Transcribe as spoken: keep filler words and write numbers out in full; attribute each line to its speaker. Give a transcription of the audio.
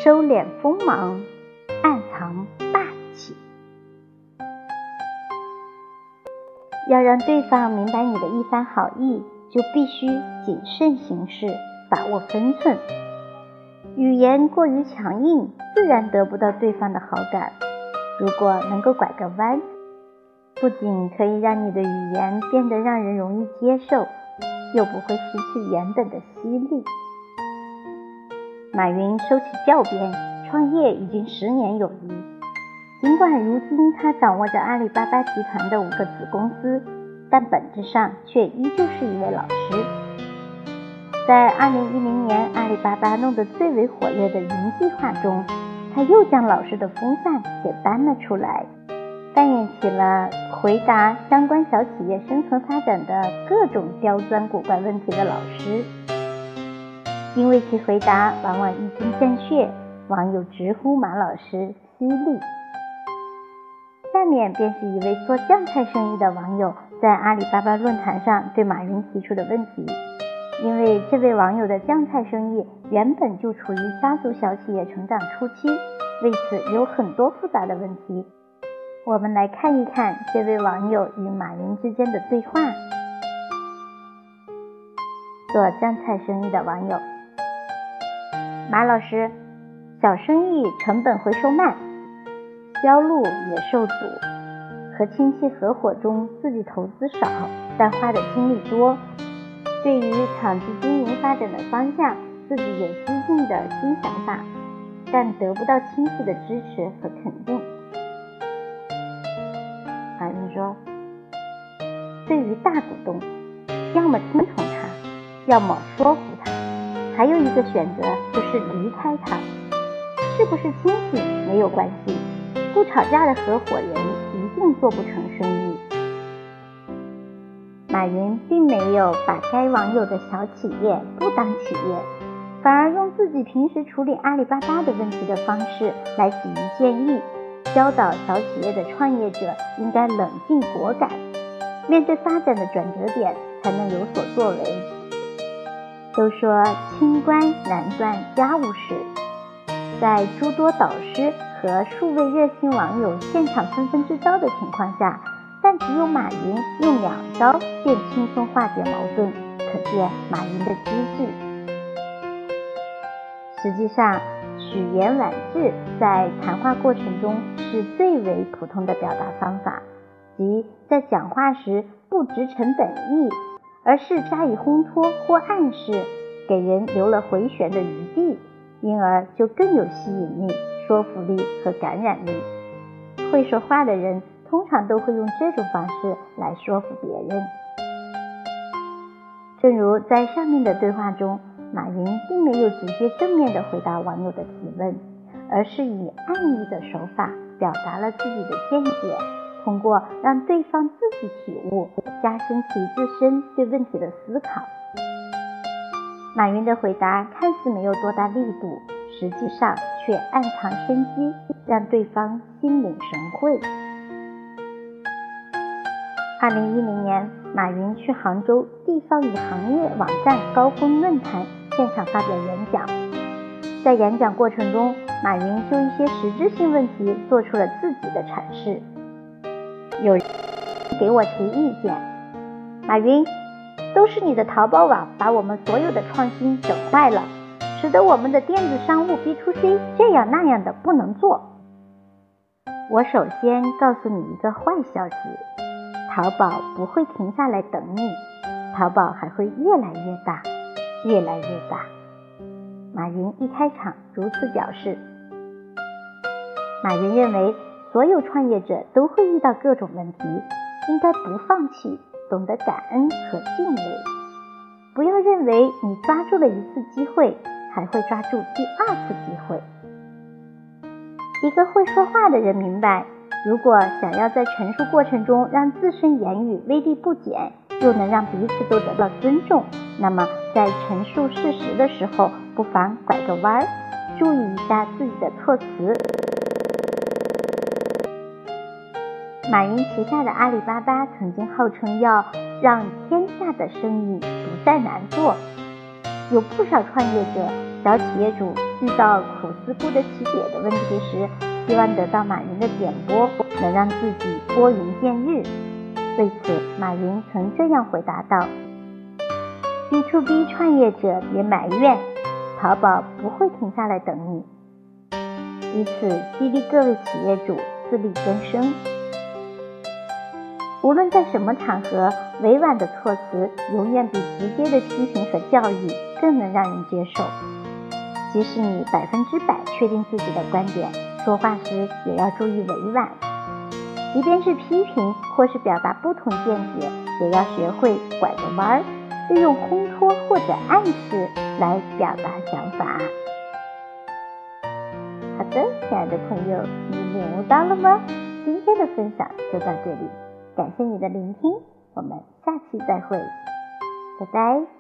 Speaker 1: 收敛锋芒，暗藏霸气。要让对方明白你的一番好意，就必须谨慎行事，把握分寸。语言过于强硬，自然得不到对方的好感。如果能够拐个弯，不仅可以让你的语言变得让人容易接受，又不会失去原本的犀利。马云收起教鞭，创业已经十年有余。尽管如今他掌握着阿里巴巴集团的五个子公司，但本质上却依旧是一位老师。在二零一零年阿里巴巴弄得最为火热的云计划中，他又将老师的风范给搬了出来，扮演起了回答相关小企业生存发展的各种刁钻古怪问题的老师。因为其回答往往一针见血，网友直呼马老师犀利。下面便是一位做酱菜生意的网友在阿里巴巴论坛上对马云提出的问题。因为这位网友的酱菜生意原本就处于家族小企业成长初期，为此有很多复杂的问题。我们来看一看这位网友与马云之间的对话。做酱菜生意的网友：马老师，小生意成本回收慢，销路也受阻，和亲戚合伙中自己投资少，但花的精力多。对于场地经营发展的方向，自己有激进的新想法，但得不到亲戚的支持和肯定。马云说，对于大股东，要么听从他，要么说服他，还有一个选择就是离开他。是不是亲戚没有关系，不吵架的合伙人一定做不成生意。马云并没有把该网友的小企业不当企业，反而用自己平时处理阿里巴巴的问题的方式来给予建议，教导小企业的创业者应该冷静果敢，面对发展的转折点才能有所作为。都说清官难断家务事，在诸多导师和数位热心网友现场纷纷支招的情况下，但只有马云用两招便轻松化解矛盾，可见马云的机智。实际上，取言婉志在谈话过程中是最为普通的表达方法，即在讲话时不直陈本意，而是加以烘托或暗示，给人留了回旋的余地，因而就更有吸引力、说服力和感染力。会说话的人通常都会用这种方式来说服别人。正如在上面的对话中，马云并没有直接正面的回答网友的提问，而是以暗喻的手法表达了自己的见解，通过让对方自己体悟，加深其自身对问题的思考。马云的回答看似没有多大力度，实际上却暗藏生机，让对方心领神会。二零一零年，马云去杭州地方与行业网站高峰论坛现场发表演讲。在演讲过程中，马云就一些实质性问题做出了自己的阐释。有人给我提意见，马云，都是你的淘宝网把我们所有的创新整坏了，使得我们的电子商务 B to C 这样那样的不能做。我首先告诉你一个坏消息，淘宝不会停下来等你，淘宝还会越来越大，越来越大。马云一开场如此表示。马云认为，所有创业者都会遇到各种问题，应该不放弃，懂得感恩和敬畏。不要认为你抓住了一次机会，还会抓住第二次机会。一个会说话的人明白，如果想要在陈述过程中让自身言语威力不减，又能让彼此都得到尊重，那么在陈述事实的时候，不妨拐个弯儿，注意一下自己的措辞。马云旗下的阿里巴巴曾经号称要让天下的生意不再难做，有不少创业者、小企业主遇到苦思不得其解的问题时，希望得到马云的点拨，能让自己拨云见日。为此，马云曾这样回答道： B to B 创业者别埋怨，淘宝不会停下来等你。以此激励各位企业主自力更生。无论在什么场合，委婉的措辞永远比直接的批评和教育更能让人接受。即使你百分之百确定自己的观点，说话时也要注意委婉。即便是批评或是表达不同见解，也要学会拐个弯儿，利用烘托或者暗示来表达想法。好的，亲爱的朋友，你领悟到了吗？今天的分享就到这里，感谢你的聆听，我们下期再会，拜拜。